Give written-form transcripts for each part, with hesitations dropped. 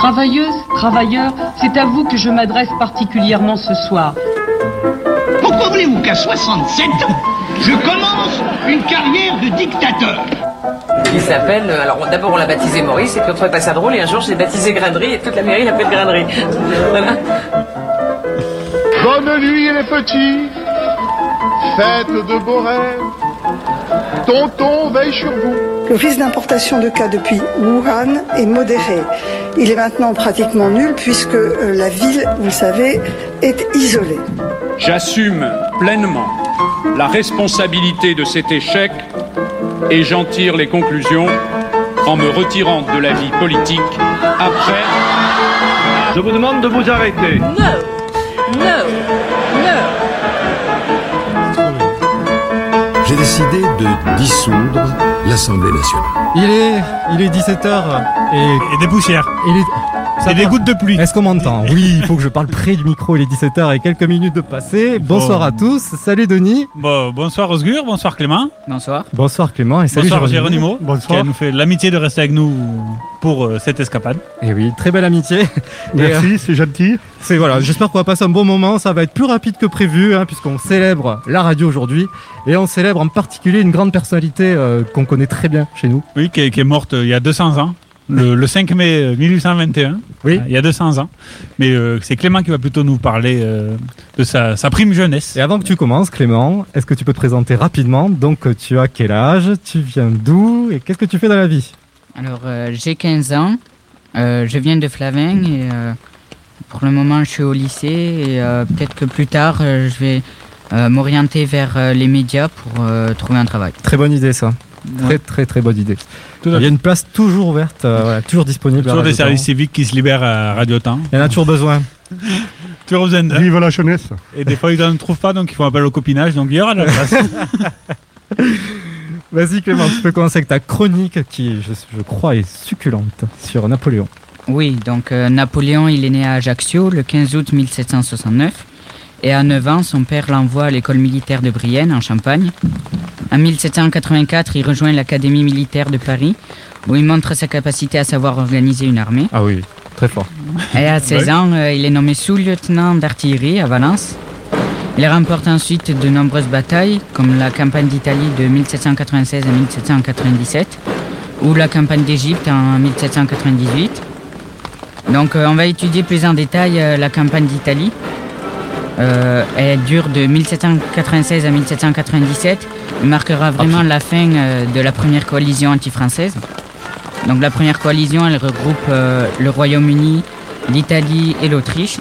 Travailleuses, travailleurs, c'est à vous que je m'adresse particulièrement ce soir. Pourquoi voulez-vous qu'à 67 ans, je commence une carrière de dictateur? Il s'appelle, alors d'abord on l'a baptisé Maurice, et puis on trouvait pas ça drôle, et un jour j'ai baptisé Grainerie, et toute la mairie l'appelle Grainerie. Voilà. Bonne nuit les petits, faites de beaux rêves, tonton veille sur vous. Le risque d'importation de cas depuis Wuhan est modéré. Il est maintenant pratiquement nul puisque la ville, vous le savez, est isolée. J'assume pleinement la responsabilité de cet échec et j'en tire les conclusions en me retirant de la vie politique après... Je vous demande de vous arrêter. J'ai décidé de dissoudre l'Assemblée nationale. Il est 17h et des poussières. Et des gouttes de pluie. Est-ce qu'on m'entend? Oui, il faut que je parle près du micro, il est 17h et quelques minutes de passé. Bonsoir à tous, salut Denis. Bonsoir Osgur, bonsoir Clément. Bonsoir. Bonsoir Clément et salut bonsoir Géronimo. Bonsoir. Qui nous fait l'amitié de rester avec nous pour cette escapade. Et oui, très belle amitié. Merci, c'est gentil. Voilà, j'espère qu'on va passer un bon moment, ça va être plus rapide que prévu puisqu'on célèbre la radio aujourd'hui et on célèbre en particulier une grande personnalité qu'on connaît très bien chez nous. Oui, qui est morte il y a 200 ans. Le 5 mai 1821, oui. Il y a 200 ans. Mais c'est Clément qui va plutôt nous parler de sa prime jeunesse. Et avant que tu commences, Clément, est-ce que tu peux te présenter rapidement? Donc, tu as quel âge? Tu viens d'où? Et qu'est-ce que tu fais dans la vie? Alors, j'ai 15 ans. Je viens de Flavin et pour le moment, je suis au lycée. Et peut-être que plus tard, je vais m'orienter vers les médias pour trouver un travail. Très bonne idée, ça. Ouais. Très bonne idée. Il y a une place toujours ouverte, toujours disponible. Toujours des services civiques qui se libèrent à Radio Temps. Il y en a toujours besoin. Toujours besoin de... Vive la jeunesse. Et des fois, ils n'en trouvent pas, donc ils font appel au copinage, donc il y aura de la place. Vas-y Clément, tu peux commencer avec ta chronique qui, je crois, est succulente sur Napoléon. Oui, donc Napoléon, il est né à Ajaccio le 15 août 1769. Et à 9 ans, son père l'envoie à l'école militaire de Brienne, en Champagne. En 1784, il rejoint l'Académie militaire de Paris, où il montre sa capacité à savoir organiser une armée. Ah oui, très fort. Et à 16 ans, il est nommé sous-lieutenant d'artillerie à Valence. Il remporte ensuite de nombreuses batailles, comme la campagne d'Italie de 1796 à 1797, ou la campagne d'Égypte en 1798. Donc on va étudier plus en détail la campagne d'Italie. Elle dure de 1796 à 1797. Elle marquera vraiment la fin de la première coalition anti-française. Donc la première coalition, elle regroupe le Royaume-Uni, l'Italie et l'Autriche.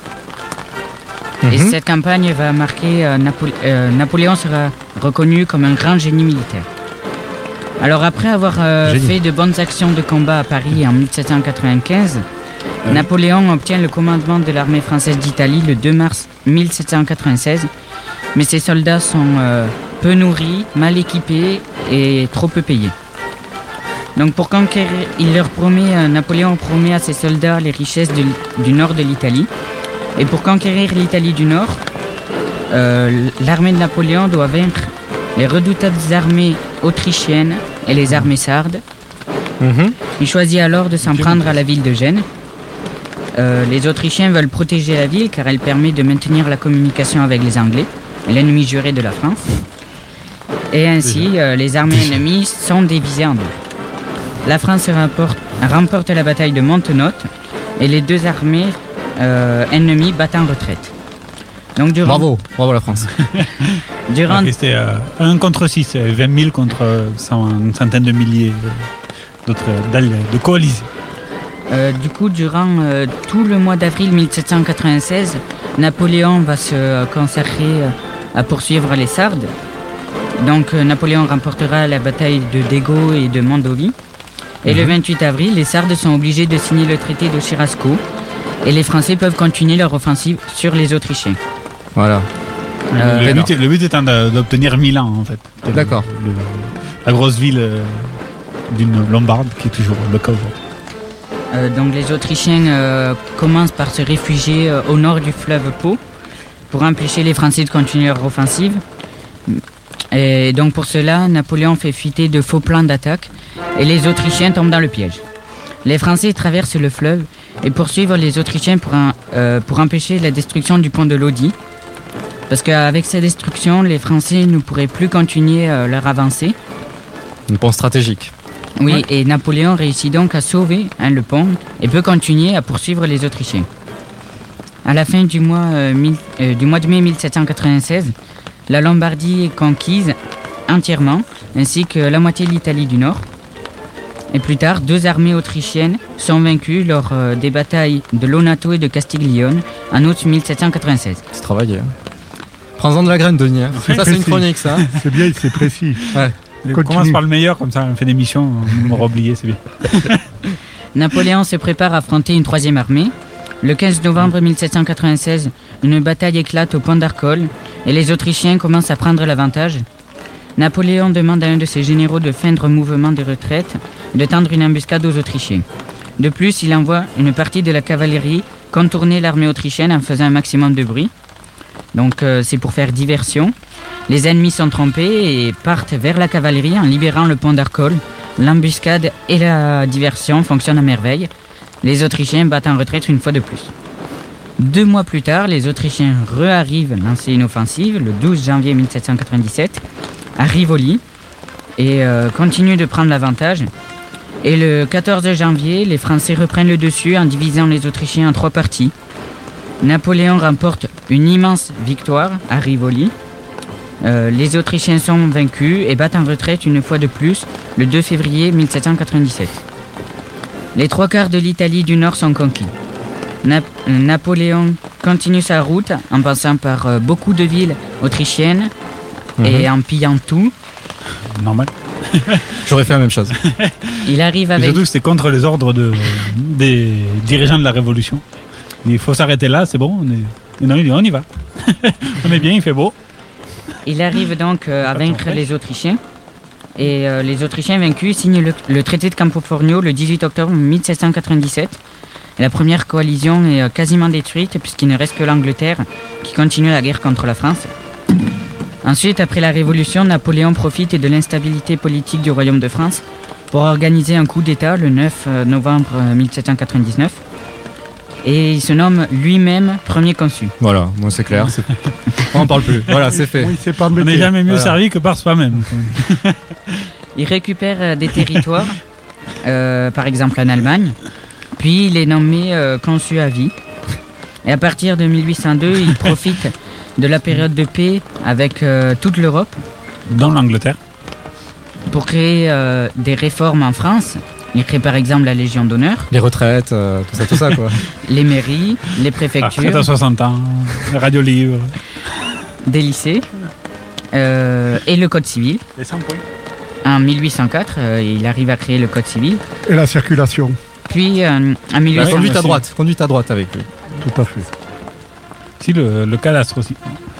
Et cette campagne va marquer... Napoléon sera reconnu comme un grand génie militaire. Alors après avoir fait de bonnes actions de combat à Paris en 1795... Napoléon obtient le commandement de l'armée française d'Italie le 2 mars 1796, mais ses soldats sont peu nourris, mal équipés et trop peu payés. Donc pour conquérir, Napoléon promet à ses soldats les richesses du nord de l'Italie. Et pour conquérir l'Italie du Nord, l'armée de Napoléon doit vaincre les redoutables armées autrichiennes et les armées sardes. Il choisit alors de s'en prendre à la ville de Gênes. Les Autrichiens veulent protéger la ville car elle permet de maintenir la communication avec les Anglais, l'ennemi juré de la France. Et ainsi, les armées ennemies sont divisées en deux. La France remporte la bataille de Montenotte et les deux armées ennemies battent en retraite. Donc, bravo la France. C'était 1 contre 6, 20 000 contre une centaine de milliers d'autres de coalisés. Du coup, durant tout le mois d'avril 1796, Napoléon va se consacrer à poursuivre les Sardes. Donc, Napoléon remportera la bataille de Dego et de Mondovi. Et le 28 avril, les Sardes sont obligés de signer le traité de Chirasco. Et les Français peuvent continuer leur offensive sur les Autrichiens. Voilà. Le but étant d'obtenir Milan, en fait. D'accord. La grosse ville d'une Lombarde qui est toujours le cas. Donc les Autrichiens commencent par se réfugier au nord du fleuve Pô pour empêcher les Français de continuer leur offensive. Et donc pour cela, Napoléon fait fuiter de faux plans d'attaque et les Autrichiens tombent dans le piège. Les Français traversent le fleuve et poursuivre les Autrichiens pour empêcher la destruction du pont de Lodi. Parce qu'avec cette destruction, les Français ne pourraient plus continuer leur avancée. Un pont stratégique. Oui, et Napoléon réussit donc à sauver le pont et peut continuer à poursuivre les Autrichiens. À la fin du mois de mai 1796, la Lombardie est conquise entièrement, ainsi que la moitié de l'Italie du Nord. Et plus tard, 2 armées autrichiennes sont vaincues lors des batailles de Lonato et de Castiglione en août 1796. C'est travaillé. Prends-en de la graine, Denis. Ça, c'est une chronique, ça. C'est bien, c'est précis. Ouais. On commence par le meilleur, comme ça on fait des missions, on m'aura oublié, c'est bien. Napoléon se prépare à affronter une 3e armée. Le 15 novembre 1796, une bataille éclate au pont d'Arcole et les Autrichiens commencent à prendre l'avantage. Napoléon demande à un de ses généraux de feindre mouvement de retraite et de tendre une embuscade aux Autrichiens. De plus, il envoie une partie de la cavalerie contourner l'armée autrichienne en faisant un maximum de bruit. Donc c'est pour faire diversion. Les ennemis sont trompés et partent vers la cavalerie en libérant le pont d'Arcole. L'embuscade et la diversion fonctionnent à merveille. Les Autrichiens battent en retraite une fois de plus. 2 mois plus tard, les Autrichiens re-arrivent lancer une offensive le 12 janvier 1797 à Rivoli et continuent de prendre l'avantage. Et le 14 janvier, les Français reprennent le dessus en divisant les Autrichiens en 3 parties. Napoléon remporte une immense victoire à Rivoli. Les Autrichiens sont vaincus et battent en retraite une fois de plus le 2 février 1797. Les 3/4 de l'Italie du Nord sont conquis. Napoléon continue sa route en passant par beaucoup de villes autrichiennes et en pillant tout. Normal. J'aurais fait la même chose. Il arrive avec... Surtout que c'était contre les ordres des dirigeants de la Révolution. Il faut s'arrêter là, c'est bon, on y va. On est bien, il fait beau. Il arrive donc à vaincre les Autrichiens. Et les Autrichiens vaincus signent le traité de Campo Formio le 18 octobre 1797. Et la première coalition est quasiment détruite puisqu'il ne reste que l'Angleterre qui continue la guerre contre la France. Ensuite, après la Révolution, Napoléon profite de l'instabilité politique du Royaume de France pour organiser un coup d'État le 9 novembre 1799. Et il se nomme lui-même premier consul. Voilà, moi c'est clair. On n'en parle plus. Voilà, c'est fait. Oui, c'est pas on n'est jamais mieux servi que par soi-même. Il récupère des territoires, par exemple en Allemagne, puis il est nommé consul à vie. Et à partir de 1802, il profite de la période de paix avec toute l'Europe. Dans l'Angleterre. Pour créer des réformes en France. Il crée par exemple la Légion d'honneur. Les retraites, tout ça quoi. Les mairies, les préfectures. Retraite à 60 ans, les radios libres. Des lycées. Et le Code civil. Les 100 points. En 1804, il arrive à créer le Code civil. Et la circulation. Puis en 1804... Conduite à droite avec lui. Tout à fait. Si, le cadastre aussi.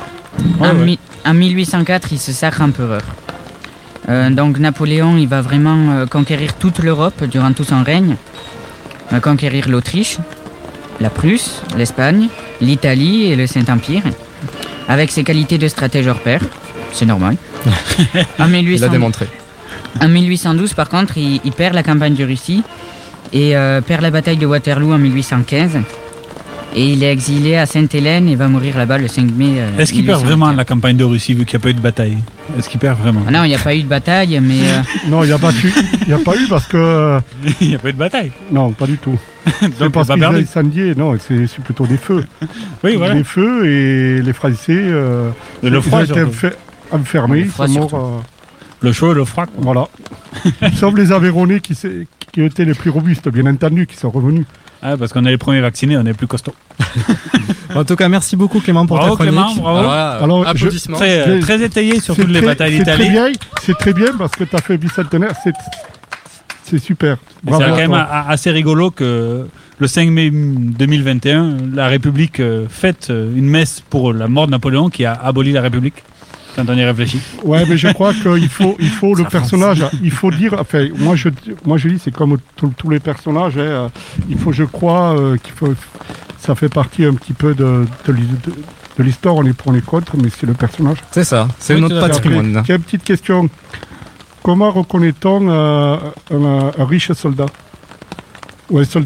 En 1804, il se sacre empereur. Donc Napoléon, il va vraiment conquérir toute l'Europe durant tout son règne. Il va conquérir l'Autriche, la Prusse, l'Espagne, l'Italie et le Saint-Empire. Avec ses qualités de stratège hors pair, c'est normal. Il l'a démontré. En 1812, par contre, il perd la campagne de Russie et perd la bataille de Waterloo en 1815. Et il est exilé à Sainte-Hélène et va mourir là-bas le 5 mai. Est-ce qu'il perd vraiment la campagne de Russie vu qu'il n'y a pas eu de bataille? Est-ce qu'il perd vraiment? Non, il n'y a pas eu de bataille, mais... Non, il n'y a pas eu parce que... Il n'y a pas eu de bataille? Non, pas du tout. Donc parce qu'ils ont incendié, non, c'est plutôt des feux. Oui, voilà. Des feux et les Français... le froid, ils ont été enfermés, ils sont morts... Le chaud et le froid. Voilà. Sauf les Aveyronais qui étaient les plus robustes, bien entendu, qui sont revenus. Ah, parce qu'on est les premiers vaccinés, on est plus costauds. En tout cas, merci beaucoup Clément pour ta chronique. Clément, bravo. Alors, applaudissements. Très étayé sur toutes les batailles d'Italie. C'est très bien parce que tu as fait bicentenaire, c'est super. Bravo. C'est quand même assez rigolo que le 5 mai 2021, la République fête une messe pour la mort de Napoléon qui a aboli la République. Quand on y réfléchit. Ouais, mais je crois qu'il faut le personnage. Il faut dire. Enfin, moi je dis, c'est comme tous les personnages. Hein, il faut, je crois, qu'il faut. Ça fait partie un petit peu de l'histoire. On est pour, on est contre, mais c'est le personnage. C'est ça. C'est notre patrimoine. J'ai une petite question. Comment reconnaît-on un riche soldat ou un soldat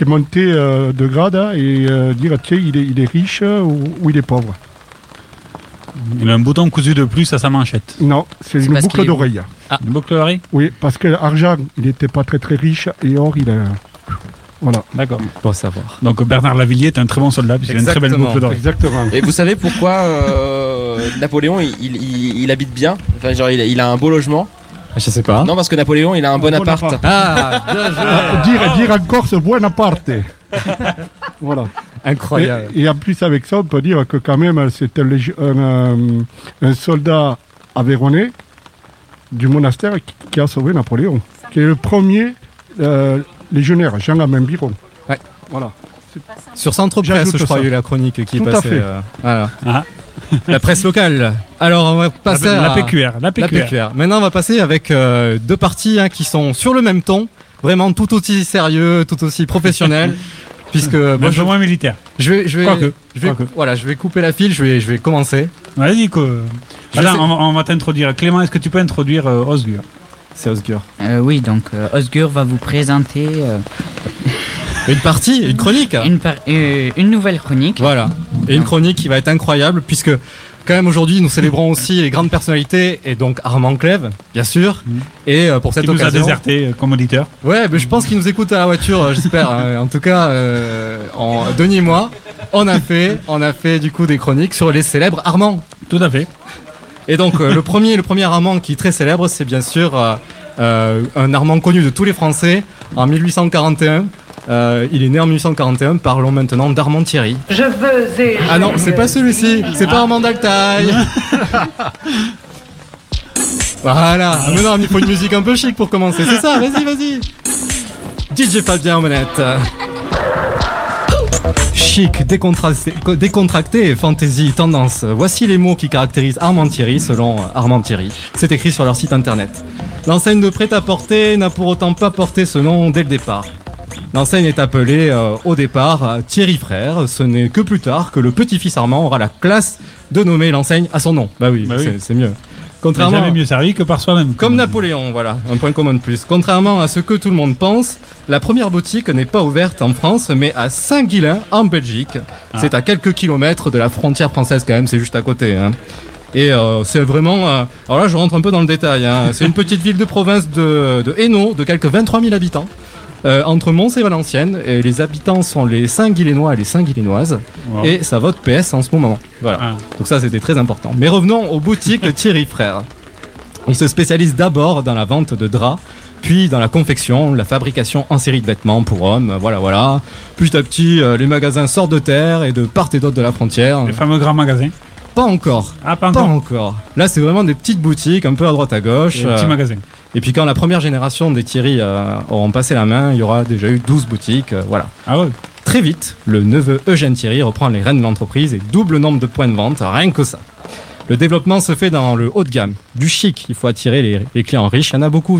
qui est monté de grade hein, et dire tiens, il est riche ou il est pauvre. Il a un bouton cousu de plus à sa manchette. Non, c'est une boucle d'oreille. Ah, une boucle d'oreille? Oui, parce que l'argent, il n'était pas très très riche et or, il est... Voilà. D'accord. Pour savoir. Donc Bernard Lavillier est un très bon soldat puisqu'il a une très belle boucle d'oreille. Exactement. Et vous savez pourquoi Napoléon il habite bien? Enfin, genre il a un beau logement. Je sais pas. Non, parce que Napoléon il a un bon appart. Ah, bien joué. Dire encore ce bon appart. Voilà. Incroyable. Et en plus avec ça, on peut dire que quand même c'est un soldat aveyronnais du monastère qui a sauvé Napoléon, qui est le premier légionnaire, Jean-Amin Biron. Ouais. Voilà. Sur Centre Presse, je crois, il y a eu la chronique qui est passée. Tout à fait. Voilà. Ah. La presse locale. Alors, on va passer la PQR. La PQR. Maintenant, on va passer avec deux parties qui sont sur le même ton, vraiment tout aussi sérieux, tout aussi professionnel. Puisque moi, je moins militaire. Je vais couper la file, je vais commencer. Vas-y, on va t'introduire. Clément, est-ce que tu peux introduire Osgur? C'est Osgur. Oui, donc Osgur va vous présenter une partie, une chronique. Une nouvelle chronique. Voilà. Et une chronique qui va être incroyable puisque quand même aujourd'hui nous célébrons aussi les grandes personnalités et donc Armand Clèves, bien sûr. Et pour cette occasion, nous a déserté comme auditeur. Ouais, mais je pense qu'il nous écoute à la voiture, j'espère. En tout cas, Denis et moi, on a fait du coup des chroniques sur les célèbres Armand. Tout à fait. Et donc le premier Armand qui est très célèbre, c'est bien sûr un Armand connu de tous les Français en 1841. Il est né en 1841, parlons maintenant d'Armand Thierry. Je veux et Ah non, c'est pas celui-ci, c'est pas Armand Daltaï. Voilà, mais non, il faut une musique un peu chic pour commencer, c'est ça, vas-y. DJ Fabien en manette. Chic, décontracté, fantaisie, tendance. Voici les mots qui caractérisent Armand Thierry selon Armand Thierry. C'est écrit sur leur site internet. L'enseigne de prêt-à-porter n'a pour autant pas porté ce nom dès le départ. L'enseigne est appelée au départ Thierry Frères. Ce n'est que plus tard que le petit-fils Armand aura la classe de nommer l'enseigne à son nom. Bah oui. C'est mieux. Contrairement, jamais mieux servi que par soi-même. Comme Napoléon, voilà, un point commun de plus. Contrairement à ce que tout le monde pense, la première boutique n'est pas ouverte en France, mais à Saint-Guilain, en Belgique. Ah. C'est à quelques kilomètres de la frontière française quand même, c'est juste à côté. Hein. Et c'est vraiment... alors là, je rentre un peu dans le détail. Hein. C'est une petite ville de province de Hainaut, de quelques 23 000 habitants. Entre Mons et Valenciennes, et les habitants sont les Saint-Guilénois et les Saint-Guilénoises, wow. Et ça vote PS en ce moment. Voilà. Ah. Donc ça, c'était très important. Mais revenons aux boutiques Thierry Frères. Ils se spécialisent d'abord dans la vente de draps, puis dans la confection, la fabrication en série de vêtements pour hommes, voilà. Petit à petit, les magasins sortent de terre et de part et d'autre de la frontière. Les fameux grands magasins. Pas encore. Ah, pas encore. Là, c'est vraiment des petites boutiques, un peu à droite à gauche. Des petits magasins. Et puis quand la première génération des Thierry auront passé la main, il y aura déjà eu 12 boutiques, voilà. Ah ouais. Très vite, le neveu Eugène Thierry reprend les rênes de l'entreprise et double nombre de points de vente, rien que ça. Le développement se fait dans le haut de gamme, du chic. Il faut attirer les clients riches. Il y en a beaucoup.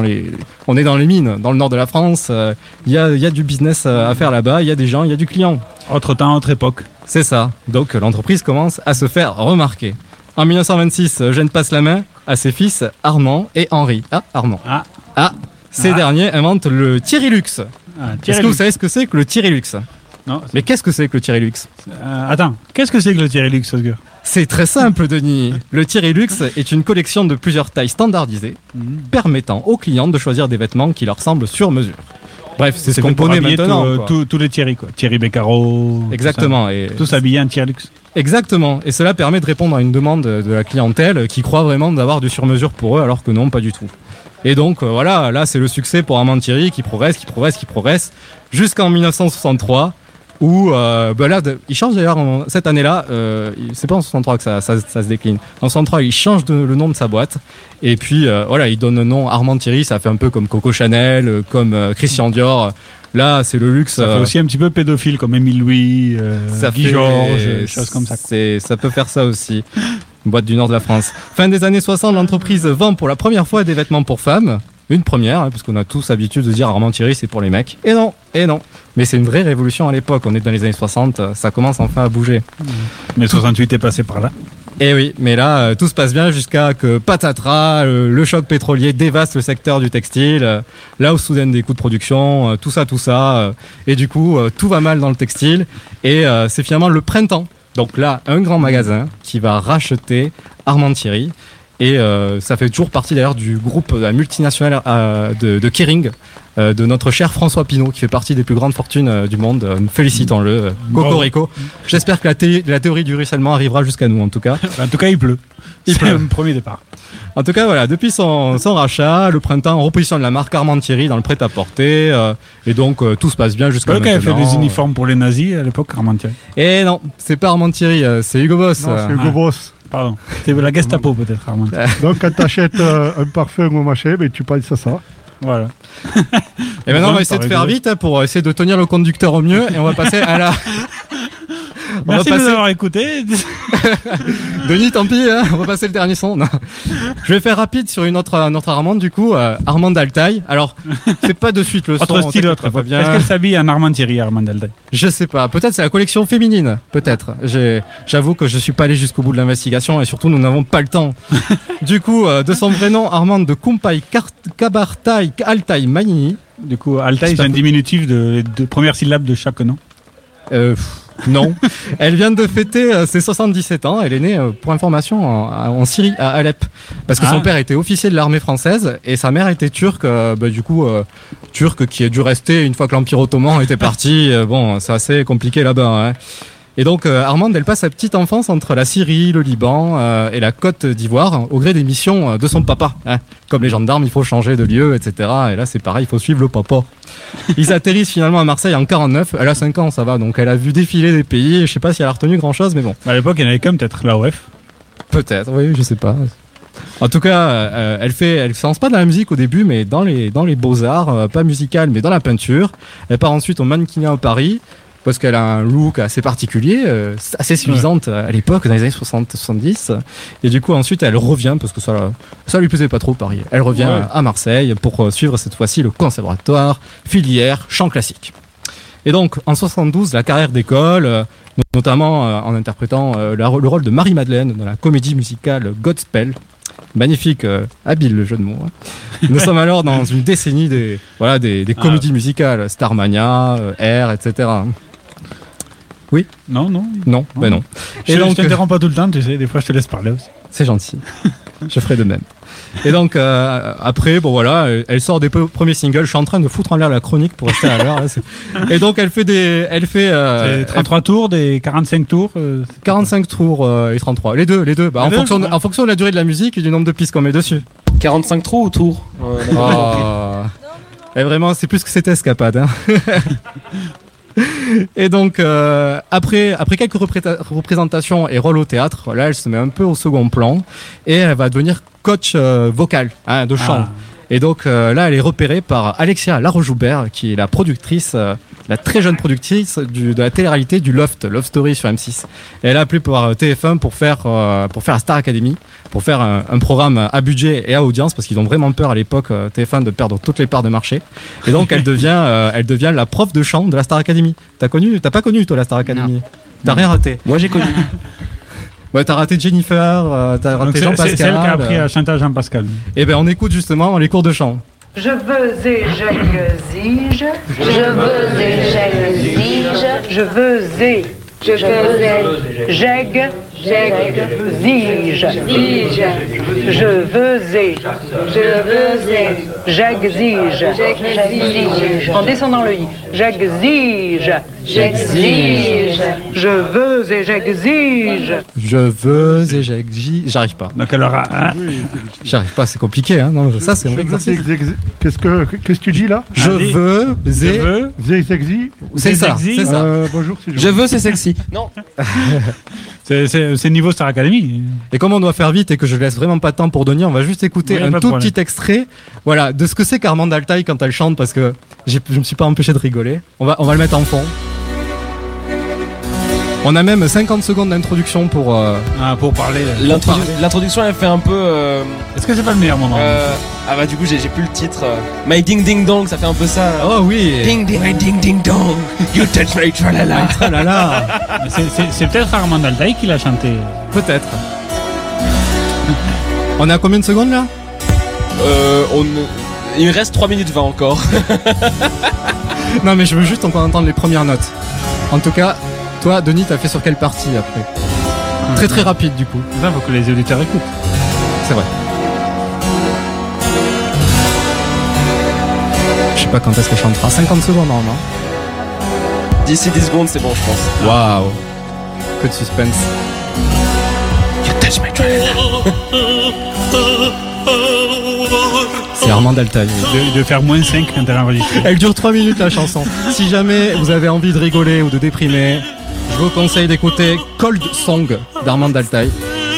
On est dans les mines, dans le nord de la France. Il y a du business à faire là-bas. Il y a des gens, il y a du client. Autre temps, autre époque. C'est ça. Donc l'entreprise commence à se faire remarquer. En 1926, Eugène passe la main à ses fils Armand et Henri. Ah, Armand. Ces derniers inventent le Thierry Luxe. Est-ce que vous savez ce que c'est que le Thierry Luxe? Non. Mais qu'est-ce que c'est que le Thierry Luxe? Attends, qu'est-ce que c'est que le Thierry Luxe, Osgur? C'est très simple, Denis. Le Thierry Luxe est une collection de plusieurs tailles standardisées, permettant aux clients de choisir des vêtements qui leur semblent sur mesure. Bref, c'est ce qu'on connaît maintenant. Tous les Thierry, quoi. Thierry Beccaro. Exactement. Tous habillés en Thierry Luxe. Exactement. Et cela permet de répondre à une demande de la clientèle qui croit vraiment d'avoir du sur-mesure pour eux, alors que non, pas du tout. Et donc, voilà, là, c'est le succès pour Armand Thierry qui progresse, jusqu'en 1963. Où là, il change d'ailleurs cette année-là, c'est pas en 63 que ça se décline. En 63, il change le nom de sa boîte. Et puis voilà, il donne le nom Armand Thierry. Ça fait un peu comme Coco Chanel, comme Christian Dior. Là, c'est le luxe. Ça fait aussi un petit peu pédophile, comme Émile Louis, Guy Georges, choses comme ça. Ça peut faire ça aussi. Une boîte du nord de la France. Fin des années 60, l'entreprise vend pour la première fois des vêtements pour femmes. Une première, hein, parce qu'on a tous l'habitude de dire Armand Thierry, c'est pour les mecs. Et non. Mais c'est une vraie révolution à l'époque. On est dans les années 60, ça commence enfin à bouger. Mais 68 est passé par là. Et oui, mais là, tout se passe bien jusqu'à que patatras, le choc pétrolier dévaste le secteur du textile, là où soudaine des coûts de production, tout ça, et du coup, tout va mal dans le textile, et c'est finalement le printemps. Donc là, un grand magasin qui va racheter Armand Thierry, et ça fait toujours partie d'ailleurs du groupe de la multinationale de Kering, de notre cher François Pinault, qui fait partie des plus grandes fortunes du monde. Félicitons-le, Cocorico. J'espère que la théorie du ruissellement arrivera jusqu'à nous, en tout cas. En tout cas, il pleut. C'est le premier départ. En tout cas, voilà, depuis son rachat, le printemps, on repositionne la marque Armand Thierry dans le prêt-à-porter, et donc tout se passe bien jusqu'à maintenant. Elle fait des uniformes pour les nazis à l'époque, Armand Thierry. Et non, c'est pas Armand Thierry, c'est Hugo Boss. Non, c'est Hugo Boss. Pardon, c'est la Gestapo peut-être, Armand. Donc quand tu achètes un parfum ou machin, ben, tu parles de ça. Voilà. Et maintenant, on va essayer de faire vite pour essayer de tenir le conducteur au mieux, et on va passer à la... Merci de nous avoir écoutés. Denis, tant pis, hein, on va passer le dernier son. Non. Je vais faire rapide sur une autre Armand, du coup, Armand Altaï. Alors, c'est pas de suite le son. Autre style, autre. Est-ce qu'elle s'habille en Armand Thierry, Armand Altaï? Je sais pas. Peut-être c'est la collection féminine. Peut-être. J'avoue que je suis pas allé jusqu'au bout de l'investigation et surtout nous n'avons pas le temps. Du coup, de son vrai nom, Armand de Kumpai Kabartai Altaï Manini. Du coup, Altaï, c'est un diminutif de premières syllabes de chaque nom. Non. Elle vient de fêter ses 77 ans. Elle est née, pour information, en Syrie, à Alep. Parce que son père était officier de l'armée française et sa mère était turque, turque qui a dû rester une fois que l'Empire ottoman était parti. Bon, c'est assez compliqué là-bas. Hein. Et donc, Armande, elle passe sa petite enfance entre la Syrie, le Liban et la Côte d'Ivoire au gré des missions de son papa. Hein. Comme les gendarmes, il faut changer de lieu, etc. Et là, c'est pareil, il faut suivre le papa. Ils atterrissent finalement à Marseille en 49. Elle a 5 ans, ça va. Donc, elle a vu défiler des pays. Je sais pas si elle a retenu grand-chose, mais bon. À l'époque, il y en avait quand même peut-être l'AOF. Peut-être, oui, je sais pas. En tout cas, elle se lance pas dans la musique au début, mais dans les beaux-arts, pas musical, mais dans la peinture. Elle part ensuite au mannequinat à Paris. Parce qu'elle a un look assez particulier, assez séduisante à l'époque, dans les années 60-70. Et du coup, ensuite, elle revient, parce que ça lui plaisait pas trop, Paris. Elle revient à Marseille pour suivre cette fois-ci le conservatoire, filière, chant classique. Et donc, en 72, la carrière d'école, notamment en interprétant le rôle de Marie-Madeleine dans la comédie musicale Godspell. Magnifique, habile le jeu de mots. Hein. Nous sommes alors dans une décennie des comédies musicales, Starmania, R, etc. Oui. Non. Ben non. Et donc, je t'interromps pas tout le temps, tu sais, des fois je te laisse parler aussi. C'est gentil. Je ferai de même. Et donc, après, bon voilà, elle sort des premiers singles. Je suis en train de foutre en l'air la chronique pour rester à l'heure. Et donc, elle fait des 33 tours, des 45 tours 45 tours et 33. Les deux. Bah, en fonction de la durée de la musique et du nombre de pistes qu'on met dessus. 45 trous ou tours Et vraiment, c'est plus que c'était escapade. Hein. Et donc, après quelques représentations et rôles au théâtre, là, elle se met un peu au second plan et elle va devenir coach vocal de chant. Et donc là, elle est repérée par Alexia Laroche-Joubert, qui est la productrice, la très jeune productrice de la télé-réalité du Love Story sur M6. Et elle a appelé par TF1 pour faire la Star Academy, pour faire un programme à budget et à audience, parce qu'ils ont vraiment peur à l'époque TF1 de perdre toutes les parts de marché. Et donc elle devient la prof de chant de la Star Academy. T'as pas connu toi la Star Academy? Non. T'as rien raté? Moi j'ai connu. Ouais, t'as raté Jennifer, t'as raté Jean-Pascal. C'est celle qui a appris à chanter à Jean-Pascal. Et ben on écoute justement les cours de chant. Je veux et j'exige. Je veux et j'exige. Je veux et j'exige. Je veux et j'exige. En descendant le i. J'exige. Je veux et j'exige. Je veux et j'exige. J'arrive pas. Donc elle aura J'arrive pas, c'est compliqué, hein. Non, ça c'est vrai. Qu'est-ce que tu dis là? Je veux et j'exige. C'est ça. Bonjour, je veux, c'est sexy. Non. C'est niveau Star Academy. Et comme on doit faire vite et que je laisse vraiment pas de temps pour Denis, on va juste écouter un tout petit extrait, voilà, de ce que c'est qu'Armande Altaï quand elle chante, parce que je me suis pas empêché de rigoler. On va le mettre en fond. On a même 50 secondes d'introduction pour parler. L'introduction elle fait un peu. Est-ce que c'est pas le meilleur moment? Du coup j'ai plus le titre. My ding ding dong, ça fait un peu ça. Oh oui. Ding ding my ding ding dong. You touch my tralala. Tralala. C'est peut-être Armande Altaï qui l'a chanté. Peut-être. On est à combien de secondes là? Il me reste 3 minutes 20 encore. Non mais je veux juste encore entendre les premières notes. En tout cas, toi Denis, t'as fait sur quelle partie après? Très très rapide du coup. Ça, faut que les auditeurs écoutent. C'est vrai. Je sais pas quand est-ce que je chantera. 50 secondes normalement. D'ici 10 secondes, c'est bon, je pense. Waouh. Que de suspense. C'est Armand Altaï. De faire moins 5 quand elle enregistre. Elle dure 3 minutes la chanson. Si jamais vous avez envie de rigoler ou de déprimer, je vous conseille d'écouter Cold Song d'Armand Altaï.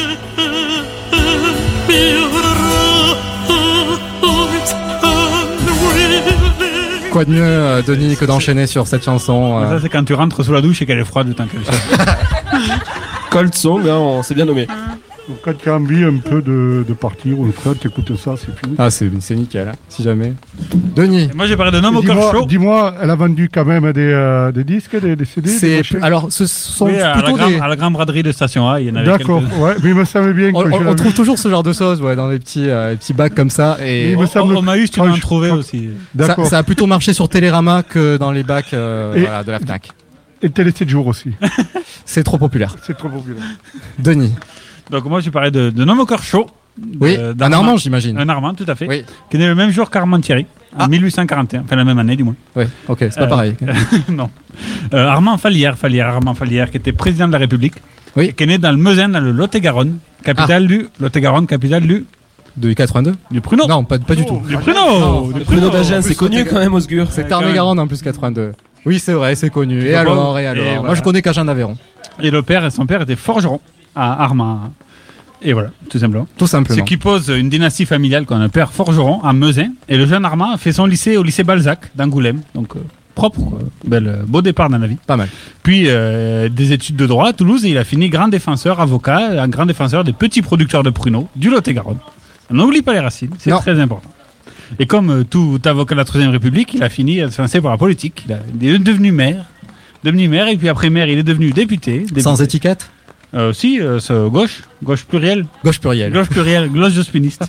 Quoi de mieux, Denis, que d'enchaîner sur cette chanson Ça, c'est quand tu rentres sous la douche et qu'elle est froide le temps qu'elle sort. Cold Song, hein, c'est bien nommé. Donc, quand tu as envie un peu de partir ou tu écoutes ça, c'est fini. Ah, c'est nickel, hein, si jamais. Denis. Et moi, j'ai parlé d'un homme au cœur chaud. Dis-moi, elle a vendu quand même des disques, des CD Alors, ce sont plutôt à la grande braderie de Station A, il y en avait D'accord, ouais, mais il me semble bien que on trouve toujours ce genre de choses dans les petits bacs comme ça. Et au Maüs, tu dois en trouver aussi. D'accord. Ça a plutôt marché sur Télérama que dans les bacs de la Fnac. Et Télé 7 jours aussi. C'est trop populaire. C'est trop populaire. Denis. Donc moi, je parlais d'un homme au cœur chaud. Oui, un Armand, j'imagine. Un Armand, tout à fait. Oui. Qui est né le même jour qu'Armand Thierry, en 1841. Enfin, la même année, du moins. Oui, ok, c'est pas pareil. Non. Armand Fallières, qui était président de la République. Oui. Qui est né dans le Meusin, dans le Lot-et-Garonne, capitale du Lot-et-Garonne, capitale du... De 82 Du Pruneau. Non, pas du tout. Du Pruneau. Le Pruneau d'Agen, c'est connu quand même, Osgur. C'est Tarn-et-Garonne en plus 82. Oui, c'est vrai, c'est connu. Et alors. Voilà. Moi, je connais qu'Agen d'Aveyron. Et son père était forgeron à Armand. Et voilà, tout simplement. Tout simplement. Ce qui pose une dynastie familiale qu'on a un père forgeron à Meusin. Et le jeune Armand a fait son lycée au lycée Balzac d'Angoulême. Donc propre, quoi. Beau départ dans la vie. Pas mal. Puis des études de droit à Toulouse et il a fini grand défenseur, avocat, un grand défenseur des petits producteurs de pruneaux du Lot-et-Garonne. On n'oublie pas les racines, c'est très important. Et comme tout avocat de la Troisième République, il a fini à se lancer par la politique. Il est devenu maire, et puis après maire, il est devenu député. Sans étiquette? Si, gauche pluriel. Gauche pluriel, gauche jospiniste.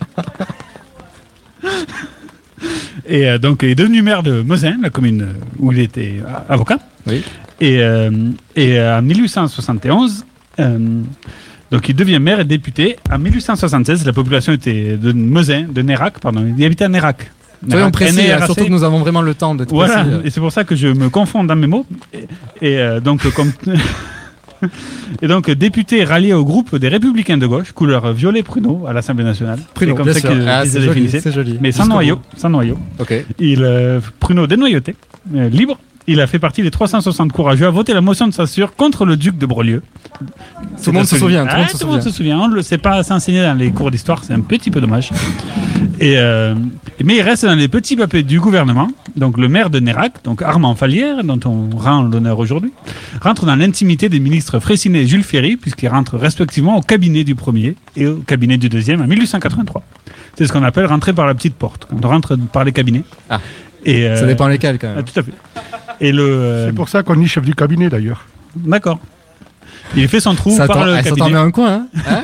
Et donc, il est devenu maire de Meusin, la commune où il était avocat. Oui. Et en 1871, donc il devient maire et député. En 1876, la population était de Meusin, de Nérac, pardon. Il habitait à Nérac. Soyons précis, surtout que nous avons vraiment le temps d'être précis. Voilà, et c'est pour ça que je me confonds dans mes mots. Donc, comme... Et donc, député rallié au groupe des Républicains de gauche, couleur violet pruneau à l'Assemblée nationale. Pruneau, c'est comme ça qu'ils se définissaient. C'est joli. Mais sans noyau. Ok. Pruneau dénoyauté, libre. Il a fait partie des 360 courageux à voter la motion de censure contre le duc de Broglie. Tout le monde se souvient. Tout le monde se souvient. On ne le sait pas s'enseigner dans les cours d'histoire, c'est un petit peu dommage. Mais il reste dans les petits papiers du gouvernement. Donc le maire de Nérac, donc Armand Fallières, dont on rend l'honneur aujourd'hui, rentre dans l'intimité des ministres Fraissinet et Jules Ferry, puisqu'ils rentrent respectivement au cabinet du premier et au cabinet du deuxième en 1883. C'est ce qu'on appelle rentrer par la petite porte, quand on rentre par les cabinets. Ah. Ça dépend lesquels quand même. Tout à fait. C'est pour ça qu'on dit chef du cabinet d'ailleurs. D'accord. Il fait son trou par le cabinet. Ça t'en met un coin, hein.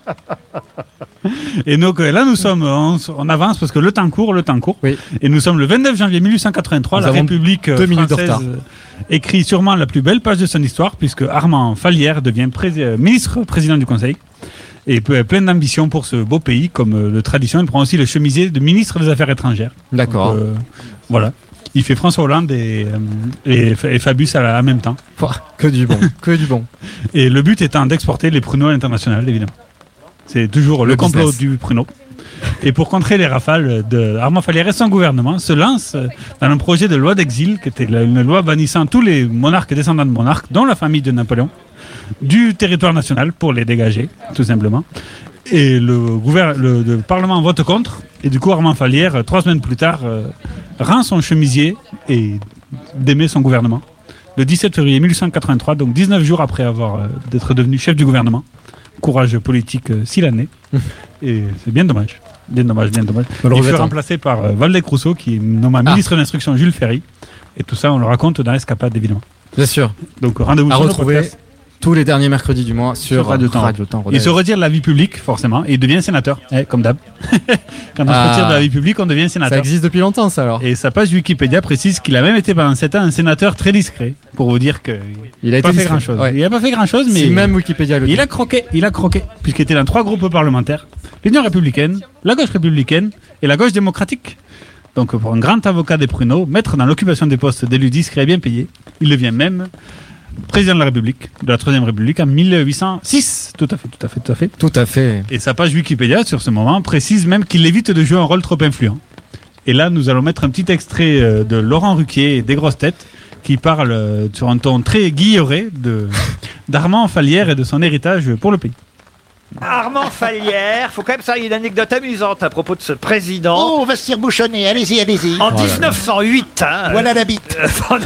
Et donc là, nous sommes, on avance parce que le temps court. Oui. Et nous sommes le 29 janvier 1883. La République 2 minutes de française retard. Écrit sûrement la plus belle page de son histoire, puisque Armand Fallières devient président du Conseil. Et plein d'ambition pour ce beau pays, comme de tradition. Il prend aussi le chemisier de ministre des Affaires étrangères. D'accord. Donc, voilà. Il fait François Hollande et Fabius en même temps. Que du bon. Et le but étant d'exporter les pruneaux à l'international, évidemment. C'est toujours le complot du pruneau. Et pour contrer les rafales, Armand Fallières et son gouvernement se lancent dans un projet de loi d'exil, qui était une loi bannissant tous les monarques et descendants de monarques, dont la famille de Napoléon, du territoire national pour les dégager, tout simplement. Et le Parlement vote contre. Et du coup, Armand Fallières, 3 semaines plus tard, rend son chemisier et démet son gouvernement. Le 17 février 1883, donc 19 jours après d'être devenu chef du gouvernement. Courage politique s'il en est. Et c'est bien dommage. Bien dommage. Il fut remplacé par Waldeck-Rousseau, qui nomma ministre d'instruction Jules Ferry. Et tout ça, on le raconte dans Escapade, évidemment. Bien sûr. Donc rendez-vous à sur retrouver Tous les derniers mercredis du mois sur Radio Temps Rodez. Il se retire de la vie publique, forcément, et il devient sénateur, comme d'hab. Quand on se retire de la vie publique, on devient sénateur. Ça existe depuis longtemps, ça, alors. Et sa page Wikipédia précise qu'il a même été pendant 7 ans un sénateur très discret, pour vous dire qu'il n'a pas fait grand-chose. Ouais. Il n'a pas fait grand-chose, mais même Wikipédia le dit. Il a croqué, puisqu'il était dans 3 groupes parlementaires, l'Union républicaine, la gauche républicaine et la gauche démocratique. Donc pour un grand avocat des pruneaux, mettre dans l'occupation des postes d'élus discrets et bien payés, il devient même président de la République, de la Troisième République en 1806. Tout à fait. Et sa page Wikipédia, sur ce moment, précise même qu'il évite de jouer un rôle trop influent. Et là, nous allons mettre un petit extrait de Laurent Ruquier et des Grosses Têtes, qui parle sur un ton très guilleré d'Armand Fallière et de son héritage pour le pays. Armand Fallière, faut quand même savoir, il y a une anecdote amusante à propos de ce président. Oh, on va se tire-bouchonner, allez-y. En 1908, voilà la bite.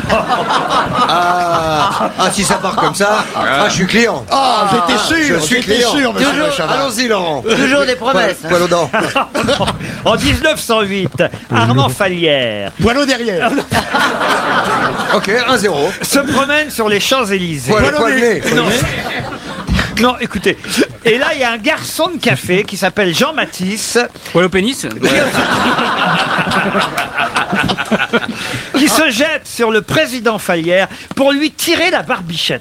Si ça part comme ça, je suis client. J'étais sûr, je suis client. Allons-y, Laurent. Toujours des promesses. Poil aux dents. En 1908, Armand Fallière, poil au derrière. Ok, 1-0. se promène sur les Champs-Élysées. Non, écoutez. Et là, il y a un garçon de café qui s'appelle Jean Matisse. Poil au pénis. Qui se jette sur le président Fallière pour lui tirer la barbichette.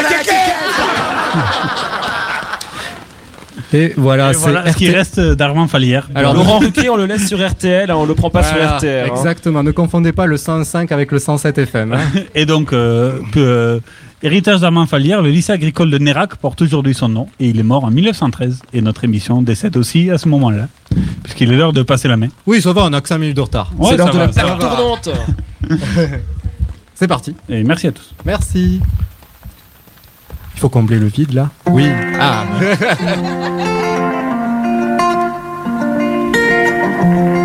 Et voilà ce qui reste d'Armand Fallière. Alors Laurent Ruquier, on le laisse sur RTL, on le prend pas sur RTL. Exactement, ne confondez pas le 105 avec le 107 FM. Et donc, héritage d'Armand Fallière, le lycée agricole de Nérac porte aujourd'hui son nom et il est mort en 1913. Et notre émission décède aussi à ce moment-là, puisqu'il est l'heure de passer la main. Oui, ça va, on a que 5 minutes de retard. Ouais, c'est l'heure de la table tournante. C'est parti. Et merci à tous. Merci. Il faut combler le vide là. Oui. Ah.